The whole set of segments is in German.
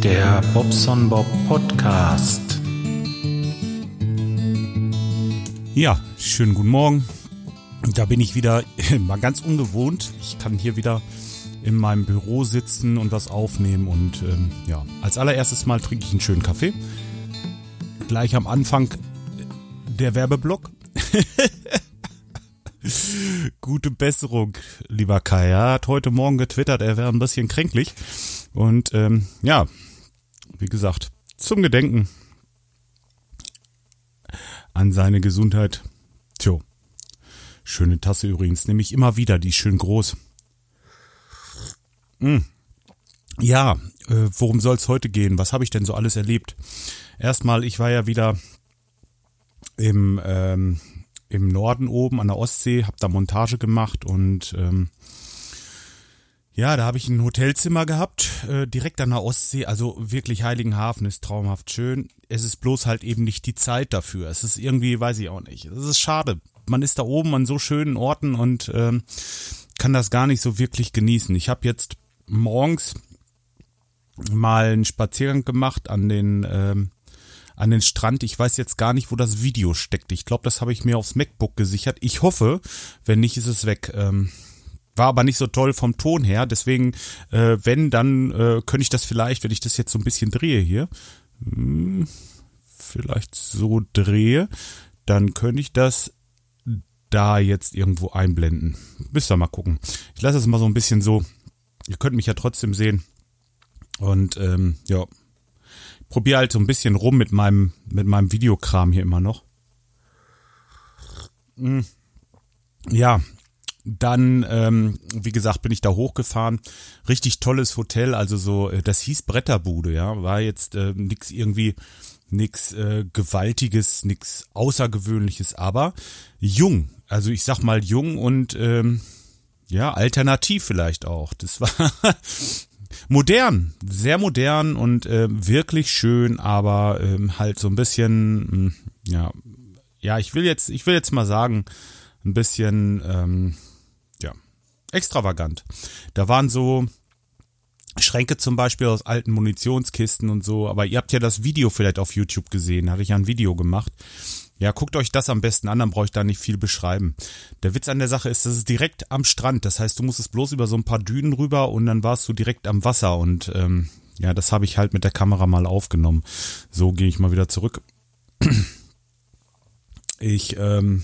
Der Bobson Bob Podcast. Ja, schönen guten Morgen. Da bin ich wieder, mal ganz ungewohnt. Ich kann hier wieder in meinem Büro sitzen und was aufnehmen. Und als allererstes Mal trinke ich einen schönen Kaffee. Gleich am Anfang der Werbeblock. Gute Besserung, lieber Kai. Er hat heute Morgen getwittert, er wäre ein bisschen kränklich. Und wie gesagt, zum Gedenken an seine Gesundheit. Tjo, schöne Tasse übrigens, nehme ich immer wieder, die ist schön groß. Ja, worum soll es heute gehen? Was habe ich denn so alles erlebt? Erstmal, ich war ja wieder im Norden oben an der Ostsee, habe da Montage gemacht und da habe ich ein Hotelzimmer gehabt, direkt an der Ostsee, also wirklich Heiligenhafen ist traumhaft schön. Es ist bloß halt eben nicht die Zeit dafür. Es ist irgendwie, weiß ich auch nicht, es ist schade. Man ist da oben an so schönen Orten und kann das gar nicht so wirklich genießen. Ich habe jetzt morgens mal einen Spaziergang gemacht an den Strand. Ich weiß jetzt gar nicht, wo das Video steckt. Ich glaube, das habe ich mir aufs MacBook gesichert. Ich hoffe, wenn nicht, ist es weg. War aber nicht so toll vom Ton her. Deswegen, wenn, dann könnte ich das vielleicht, wenn ich das jetzt so ein bisschen drehe hier, vielleicht so drehe, dann könnte ich das da jetzt irgendwo einblenden. Müsst ihr mal gucken. Ich lasse es mal so ein bisschen so. Ihr könnt mich ja trotzdem sehen. Und probiere halt so ein bisschen rum mit meinem Videokram hier immer noch. Ja, dann, wie gesagt, bin ich da hochgefahren. Richtig tolles Hotel, also so, das hieß Bretterbude, ja. War jetzt nix Gewaltiges, nix Außergewöhnliches, aber jung. Also ich sag mal jung und alternativ vielleicht auch. Das war modern, sehr modern und wirklich schön, aber halt so ein bisschen, ich will jetzt mal sagen, ein bisschen, extravagant. Da waren so Schränke zum Beispiel aus alten Munitionskisten und so, aber ihr habt ja das Video vielleicht auf YouTube gesehen, hatte ich ja ein Video gemacht. Ja, guckt euch das am besten an, dann brauche ich da nicht viel beschreiben. Der Witz an der Sache ist, das ist direkt am Strand. Das heißt, du musstest bloß über so ein paar Dünen rüber und dann warst du direkt am Wasser. Und das habe ich halt mit der Kamera mal aufgenommen. So gehe ich mal wieder zurück. Ich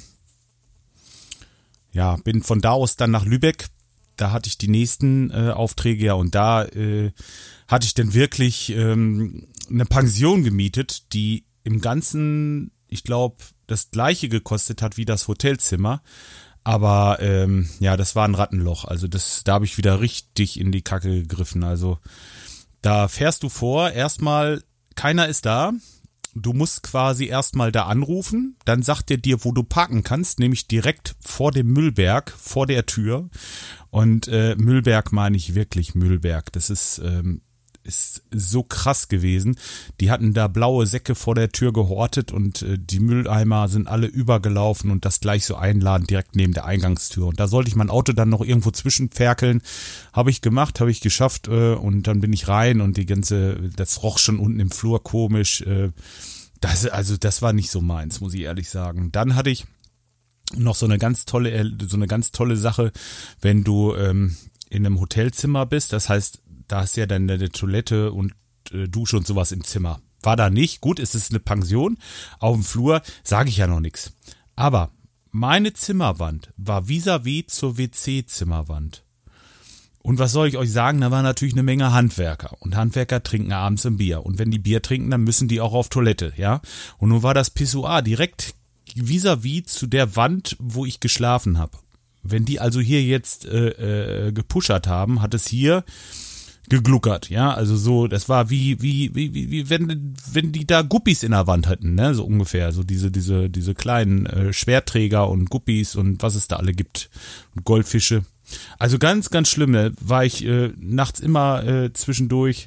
bin von da aus dann nach Lübeck. Da hatte ich die nächsten Aufträge, ja, und da hatte ich dann wirklich eine Pension gemietet, die im Ganzen, ich glaube, das gleiche gekostet hat wie das Hotelzimmer. Aber das war ein Rattenloch. Also da habe ich wieder richtig in die Kacke gegriffen. Also da fährst du vor, erstmal, keiner ist da. Du musst quasi erstmal da anrufen. Dann sagt er dir, wo du parken kannst, nämlich direkt vor dem Müllberg, vor der Tür. Und Müllberg meine ich wirklich Müllberg. Das ist so krass gewesen. Die hatten da blaue Säcke vor der Tür gehortet und die Mülleimer sind alle übergelaufen und das gleich so einladen direkt neben der Eingangstür. Und da sollte ich mein Auto dann noch irgendwo zwischenferkeln. Habe ich gemacht, habe ich geschafft und dann bin ich rein und das roch schon unten im Flur komisch. Das war nicht so meins, muss ich ehrlich sagen. Dann hatte ich noch so eine ganz tolle Sache, wenn du in einem Hotelzimmer bist. Das heißt, da hast du ja dann eine Toilette und Dusche und sowas im Zimmer. War da nicht. Gut, es ist eine Pension. Auf dem Flur sage ich ja noch nichts. Aber meine Zimmerwand war vis-à-vis zur WC-Zimmerwand. Und was soll ich euch sagen? Da war natürlich eine Menge Handwerker. Und Handwerker trinken abends ein Bier. Und wenn die Bier trinken, dann müssen die auch auf Toilette, ja. Und nun war das Pissoir direkt vis-à-vis zu der Wand, wo ich geschlafen habe. Wenn die also hier jetzt gepuschert haben, hat es hier gegluckert, ja, also so, das war wie wenn die da Guppies in der Wand hätten, ne, so ungefähr, so diese kleinen Schwerträger und Guppies und was es da alle gibt und Goldfische. Also ganz, ganz schlimm, da war ich nachts immer zwischendurch,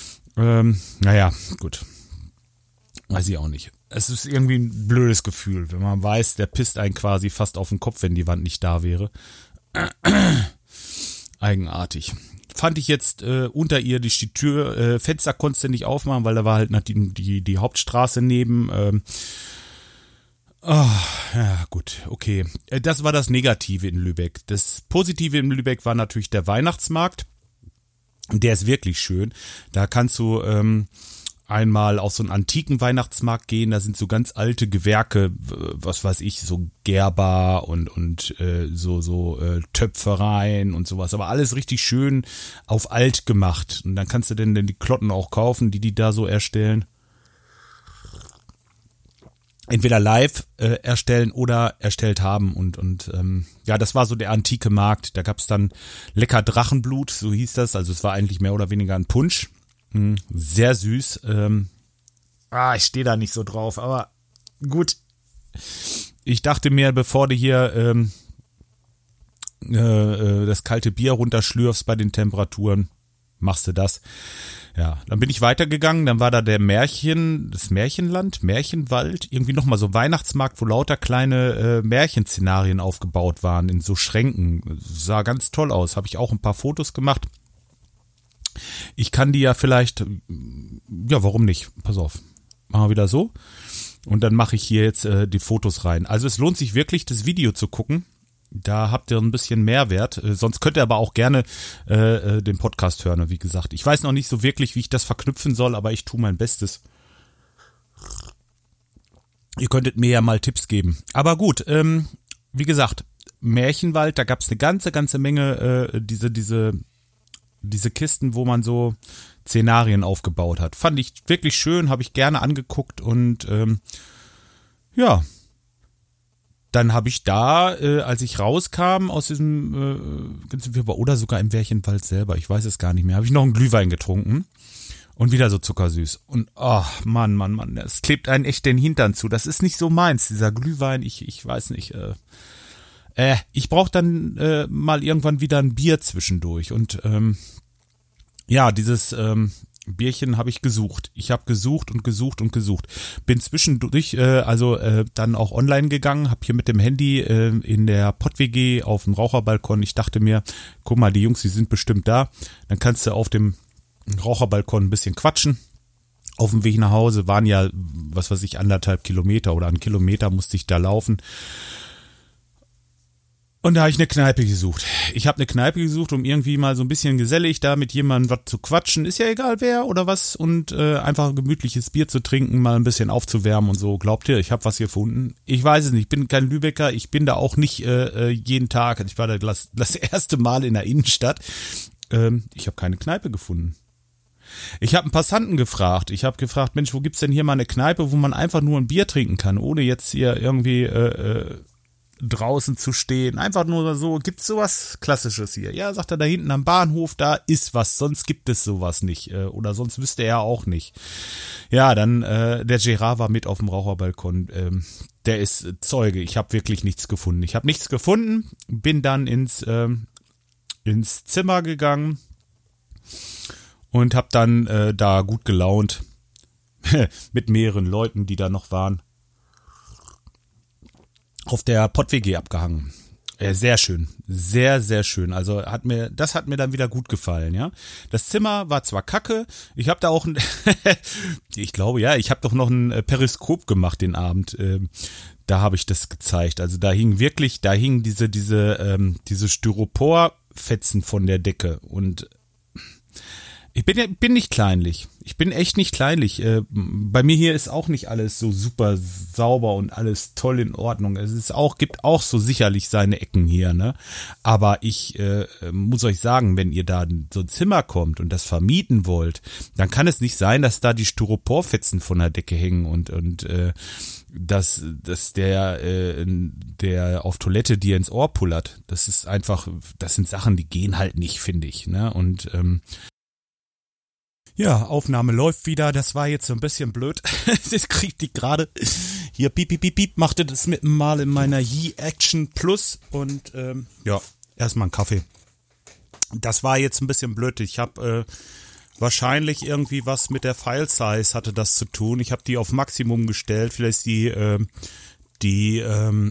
gut, weiß ich auch nicht. Es ist irgendwie ein blödes Gefühl, wenn man weiß, der pisst einen quasi fast auf den Kopf, wenn die Wand nicht da wäre. Eigenartig. fand ich jetzt unterirdisch. Die Tür, Fenster konntest du nicht aufmachen, weil da war halt die Hauptstraße neben. Ja, gut, okay. Das war das Negative in Lübeck. Das Positive in Lübeck war natürlich der Weihnachtsmarkt. Der ist wirklich schön. Da kannst du einmal auf so einen antiken Weihnachtsmarkt gehen. Da sind so ganz alte Gewerke, was weiß ich, so Gerber und so Töpfereien und sowas. Aber alles richtig schön auf alt gemacht. Und dann kannst du denn die Klotten auch kaufen, die da so erstellen. Entweder live erstellen oder erstellt haben und ja, das war so der antike Markt. Da gab's dann lecker Drachenblut, so hieß das. Also es war eigentlich mehr oder weniger ein Punsch. Sehr süß. Ich stehe da nicht so drauf, aber gut. Ich dachte mir, bevor du hier das kalte Bier runterschlürfst bei den Temperaturen, machst du das. Ja, dann bin ich weitergegangen, dann war da das Märchenland, Märchenwald, irgendwie nochmal so ein Weihnachtsmarkt, wo lauter kleine Märchenszenarien aufgebaut waren, in so Schränken. Sah ganz toll aus, habe ich auch ein paar Fotos gemacht. Ich kann die ja vielleicht, ja, warum nicht? Pass auf, machen wir wieder so. Und dann mache ich hier jetzt die Fotos rein. Also es lohnt sich wirklich, das Video zu gucken. Da habt ihr ein bisschen Mehrwert. Sonst könnt ihr aber auch gerne den Podcast hören, wie gesagt. Ich weiß noch nicht so wirklich, wie ich das verknüpfen soll, aber ich tue mein Bestes. Ihr könntet mir ja mal Tipps geben. Aber gut, wie gesagt, Märchenwald, da gab es eine ganze Menge diese Kisten, wo man so Szenarien aufgebaut hat. Fand ich wirklich schön, habe ich gerne angeguckt und ja, dann habe ich da, als ich rauskam aus diesem, oder sogar im Märchenwald selber, ich weiß es gar nicht mehr, habe ich noch einen Glühwein getrunken und wieder so zuckersüß. Und Mann, das klebt einen echt den Hintern zu. Das ist nicht so meins, dieser Glühwein, ich weiß nicht. Ich brauche dann mal irgendwann wieder ein Bier zwischendurch. Und ja, dieses Bierchen habe ich gesucht. Ich habe gesucht. Bin zwischendurch dann auch online gegangen, habe hier mit dem Handy in der Pott-WG auf dem Raucherbalkon. Ich dachte mir, guck mal, die Jungs, die sind bestimmt da. Dann kannst du auf dem Raucherbalkon ein bisschen quatschen. Auf dem Weg nach Hause waren ja, was weiß ich, 1,5 Kilometer oder 1 Kilometer musste ich da laufen. Und da habe ich eine Kneipe gesucht. Ich habe eine Kneipe gesucht, um irgendwie mal so ein bisschen gesellig da mit jemandem was zu quatschen. Ist ja egal wer oder was. Und einfach ein gemütliches Bier zu trinken, mal ein bisschen aufzuwärmen und so. Glaubt ihr, ich habe was gefunden? Ich weiß es nicht. Ich bin kein Lübecker. Ich bin da auch nicht jeden Tag. Ich war da das erste Mal in der Innenstadt. Ich habe keine Kneipe gefunden. Ich habe einen Passanten gefragt. Ich habe gefragt, Mensch, wo gibt's denn hier mal eine Kneipe, wo man einfach nur ein Bier trinken kann, ohne jetzt hier irgendwie draußen zu stehen, einfach nur so, gibt's sowas Klassisches hier? Ja, sagt er, da hinten am Bahnhof, da ist was, sonst gibt es sowas nicht, oder sonst wüsste er auch nicht. Ja, dann, der Gerard war mit auf dem Raucherbalkon, der ist Zeuge, ich habe wirklich nichts gefunden. Ich habe nichts gefunden, bin dann ins Zimmer gegangen und habe dann da gut gelaunt mit mehreren Leuten, die da noch waren, auf der Pott-WG abgehangen. Sehr schön. Sehr, sehr schön. Also das hat mir dann wieder gut gefallen, ja. Das Zimmer war zwar kacke, ich habe da auch ich glaube, ja, ich habe doch noch ein Periskop gemacht den Abend. Da habe ich das gezeigt. Also da hingen diese Styroporfetzen von der Decke und ich bin nicht kleinlich. Ich bin echt nicht kleinlich. Bei mir hier ist auch nicht alles so super sauber und alles toll in Ordnung. Gibt auch so sicherlich seine Ecken hier, ne? Aber ich muss euch sagen, wenn ihr da in so ein Zimmer kommt und das vermieten wollt, dann kann es nicht sein, dass da die Styroporfetzen von der Decke hängen und dass der auf Toilette dir ins Ohr pullert. Das sind Sachen, die gehen halt nicht, finde ich, ne? Und ja, Aufnahme läuft wieder. Das war jetzt so ein bisschen blöd. Jetzt kriegt die gerade hier piep, machte das mal in meiner Yi-Action Plus und ja, erstmal einen Kaffee. Das war jetzt ein bisschen blöd. Ich habe wahrscheinlich irgendwie was mit der File-Size hatte das zu tun. Ich habe die auf Maximum gestellt. Vielleicht ist die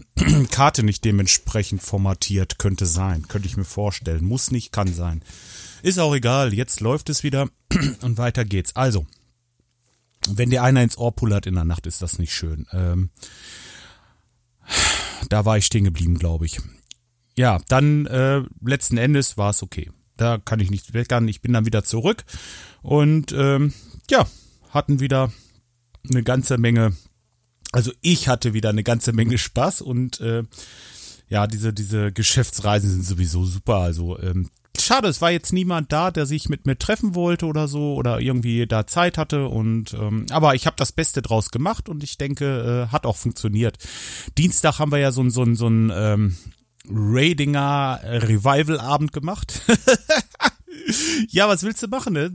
Karte nicht dementsprechend formatiert. Könnte sein. Könnte ich mir vorstellen. Muss nicht, kann sein. Ist auch egal, jetzt läuft es wieder und weiter geht's. Also, wenn dir einer ins Ohr pullert in der Nacht, ist das nicht schön. Da war ich stehen geblieben, glaube ich. Ja, dann letzten Endes war es okay. Da kann ich nichts meckern. Ich bin dann wieder zurück und hatten wieder eine ganze Menge, also ich hatte wieder eine ganze Menge Spaß und diese Geschäftsreisen sind sowieso super. Also schade, es war jetzt niemand da, der sich mit mir treffen wollte oder so oder irgendwie da Zeit hatte und aber ich habe das Beste draus gemacht und ich denke, hat auch funktioniert. Dienstag haben wir ja so ein Radinger Revival-Abend gemacht. Ja, was willst du machen, ne?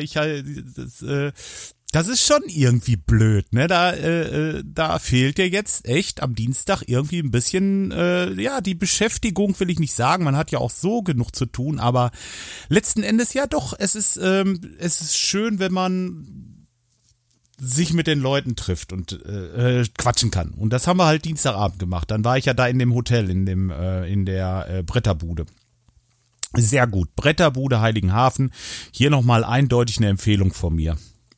Das ist schon irgendwie blöd, ne? Da fehlt dir jetzt echt am Dienstag irgendwie ein bisschen, die Beschäftigung will ich nicht sagen. Man hat ja auch so genug zu tun, aber letzten Endes ja doch. Es ist schön, wenn man sich mit den Leuten trifft und quatschen kann. Und das haben wir halt Dienstagabend gemacht. Dann war ich ja da in dem Hotel, in der Bretterbude. Sehr gut. Bretterbude Heiligenhafen. Hier nochmal eindeutig eine Empfehlung von mir.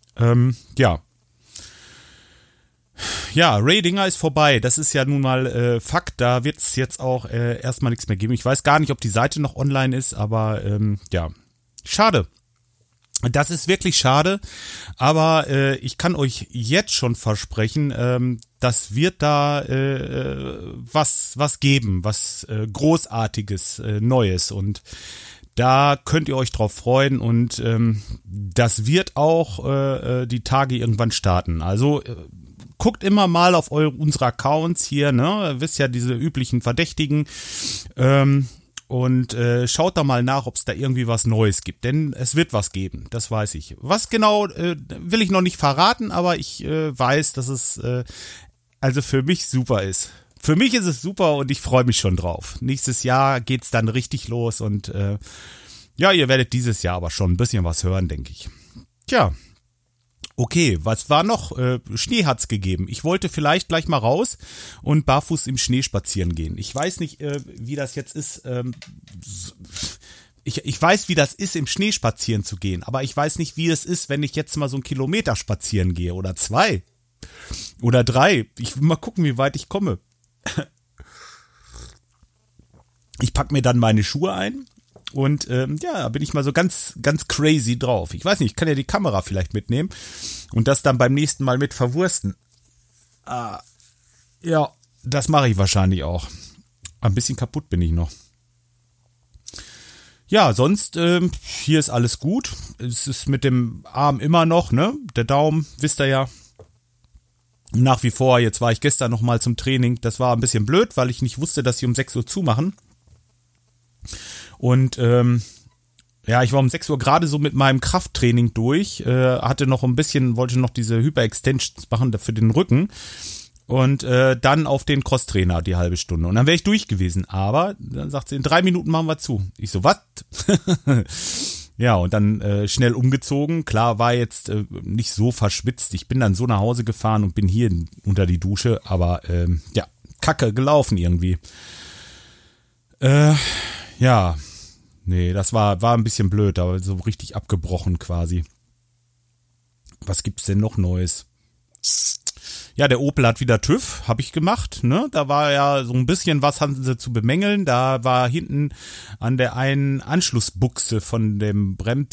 Radinger ist vorbei. Das ist ja nun mal Fakt. Da wird es jetzt auch erstmal nichts mehr geben. Ich weiß gar nicht, ob die Seite noch online ist, aber schade. Das ist wirklich schade, aber ich kann euch jetzt schon versprechen, das wird da was geben, was Großartiges, Neues und da könnt ihr euch drauf freuen und das wird auch die Tage irgendwann starten. Also guckt immer mal auf unsere Accounts hier, ne? Ihr wisst ja, diese üblichen Verdächtigen. Und schaut da mal nach, ob es da irgendwie was Neues gibt. Denn es wird was geben, das weiß ich. Was genau, will ich noch nicht verraten, aber ich weiß, dass es also für mich super ist. Für mich ist es super und ich freue mich schon drauf. Nächstes Jahr geht's dann richtig los und ihr werdet dieses Jahr aber schon ein bisschen was hören, denke ich. Tja. Okay, was war noch? Schnee hat's gegeben. Ich wollte vielleicht gleich mal raus und barfuß im Schnee spazieren gehen. Ich weiß nicht, wie das jetzt ist. Ich weiß, wie das ist, im Schnee spazieren zu gehen. Aber ich weiß nicht, wie es ist, wenn ich jetzt mal so 1 Kilometer spazieren gehe. Oder 2. Oder 3. Ich will mal gucken, wie weit ich komme. Ich pack mir dann meine Schuhe ein. Und bin ich mal so ganz, ganz crazy drauf. Ich weiß nicht, ich kann ja die Kamera vielleicht mitnehmen und das dann beim nächsten Mal mit verwursten. Das mache ich wahrscheinlich auch. Ein bisschen kaputt bin ich noch. Ja, sonst, hier ist alles gut. Es ist mit dem Arm immer noch, ne? Der Daumen, wisst ihr ja. Nach wie vor, jetzt war ich gestern noch mal zum Training. Das war ein bisschen blöd, weil ich nicht wusste, dass sie um 6 Uhr zumachen. Und ich war um 6 Uhr gerade so mit meinem Krafttraining durch, wollte noch diese Hyper-Extensions machen für den Rücken und dann auf den Crosstrainer die halbe Stunde. Und dann wäre ich durch gewesen, aber dann sagt sie, in 3 Minuten machen wir zu. Ich so, was? Ja, und dann schnell umgezogen. Klar, war jetzt nicht so verschwitzt. Ich bin dann so nach Hause gefahren und bin hier unter die Dusche, aber kacke gelaufen irgendwie. Nee, das war ein bisschen blöd, aber so richtig abgebrochen quasi. Was gibt's denn noch Neues? Ja, der Opel hat wieder TÜV, habe ich gemacht, ne? Da war ja so ein bisschen was hatten sie zu bemängeln. Da war hinten an der einen Anschlussbuchse von dem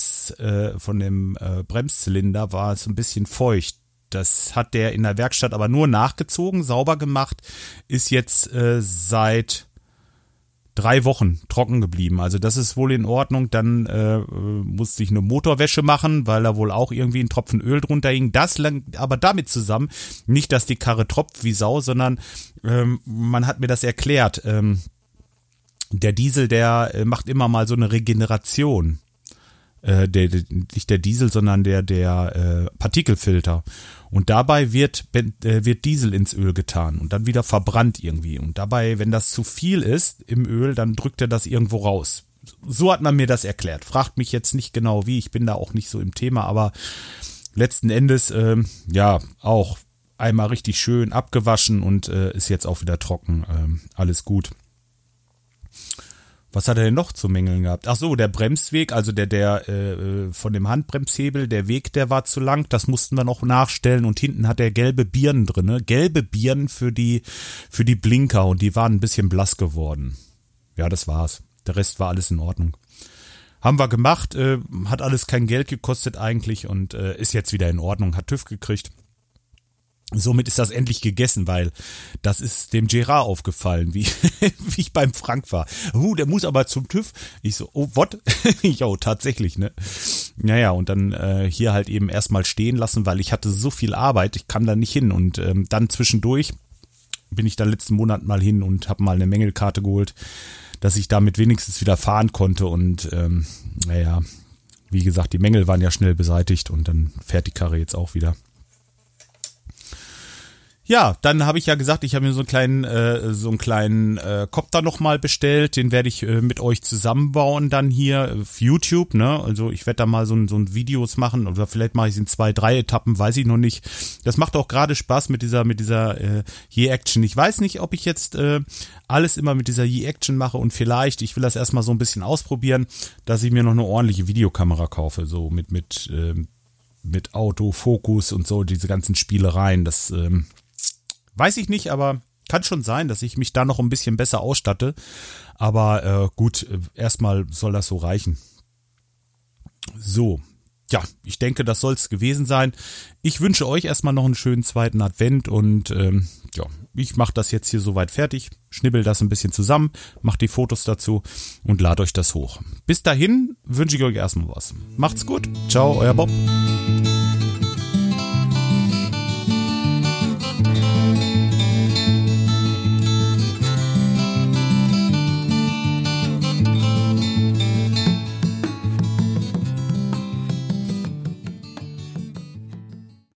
Bremszylinder war es ein bisschen feucht. Das hat der in der Werkstatt aber nur nachgezogen, sauber gemacht, ist jetzt seit 3 Wochen trocken geblieben. Also das ist wohl in Ordnung. Dann musste ich eine Motorwäsche machen, weil da wohl auch irgendwie ein Tropfen Öl drunter hing. Das langt aber damit zusammen, nicht, dass die Karre tropft wie Sau, sondern man hat mir das erklärt. Der Diesel, der macht immer mal so eine Regeneration. Nicht der Diesel, sondern der Partikelfilter. Und dabei wird Diesel ins Öl getan und dann wieder verbrannt irgendwie. Und dabei, wenn das zu viel ist im Öl, dann drückt er das irgendwo raus. So hat man mir das erklärt. Fragt mich jetzt nicht genau wie, ich bin da auch nicht so im Thema, aber letzten Endes, auch einmal richtig schön abgewaschen und ist jetzt auch wieder trocken. Alles gut. Was hat er denn noch zu mängeln gehabt? Ach so, der Bremsweg, also der von dem Handbremshebel, der Weg, der war zu lang, das mussten wir noch nachstellen und hinten hat er gelbe Birnen drin, ne? Gelbe Birnen für die Blinker und die waren ein bisschen blass geworden. Ja, das war's. Der Rest war alles in Ordnung. Haben wir gemacht, hat alles kein Geld gekostet eigentlich und ist jetzt wieder in Ordnung, hat TÜV gekriegt. Somit ist das endlich gegessen, weil das ist dem Gerard aufgefallen, wie ich beim Frank war. Der muss aber zum TÜV. Ich so, oh, what? Jo, tatsächlich, ne? Naja, und dann hier halt eben erstmal stehen lassen, weil ich hatte so viel Arbeit, ich kam da nicht hin. Und dann zwischendurch bin ich da letzten Monat mal hin und habe mal eine Mängelkarte geholt, dass ich damit wenigstens wieder fahren konnte. Und naja, wie gesagt, die Mängel waren ja schnell beseitigt und dann fährt die Karre jetzt auch wieder. Ja, dann habe ich ja gesagt, ich habe mir so einen kleinen Copter nochmal bestellt, den werde ich mit euch zusammenbauen dann hier auf YouTube, ne? Also ich werde da mal so ein Videos machen oder vielleicht mache ich es in 2, 3 Etappen, weiß ich noch nicht. Das macht auch gerade Spaß mit dieser Ye-Action. Ich weiß nicht, ob ich jetzt alles immer mit dieser Ye-Action mache und vielleicht, ich will das erstmal so ein bisschen ausprobieren, dass ich mir noch eine ordentliche Videokamera kaufe, so mit Autofokus und so, diese ganzen Spielereien, das weiß ich nicht, aber kann schon sein, dass ich mich da noch ein bisschen besser ausstatte. Aber gut, erstmal soll das so reichen. So, ja, ich denke, das soll es gewesen sein. Ich wünsche euch erstmal noch einen schönen zweiten Advent und ja, ich mache das jetzt hier soweit fertig, schnibbel das ein bisschen zusammen, mache die Fotos dazu und lade euch das hoch. Bis dahin wünsche ich euch erstmal was. Macht's gut. Ciao, euer Bob.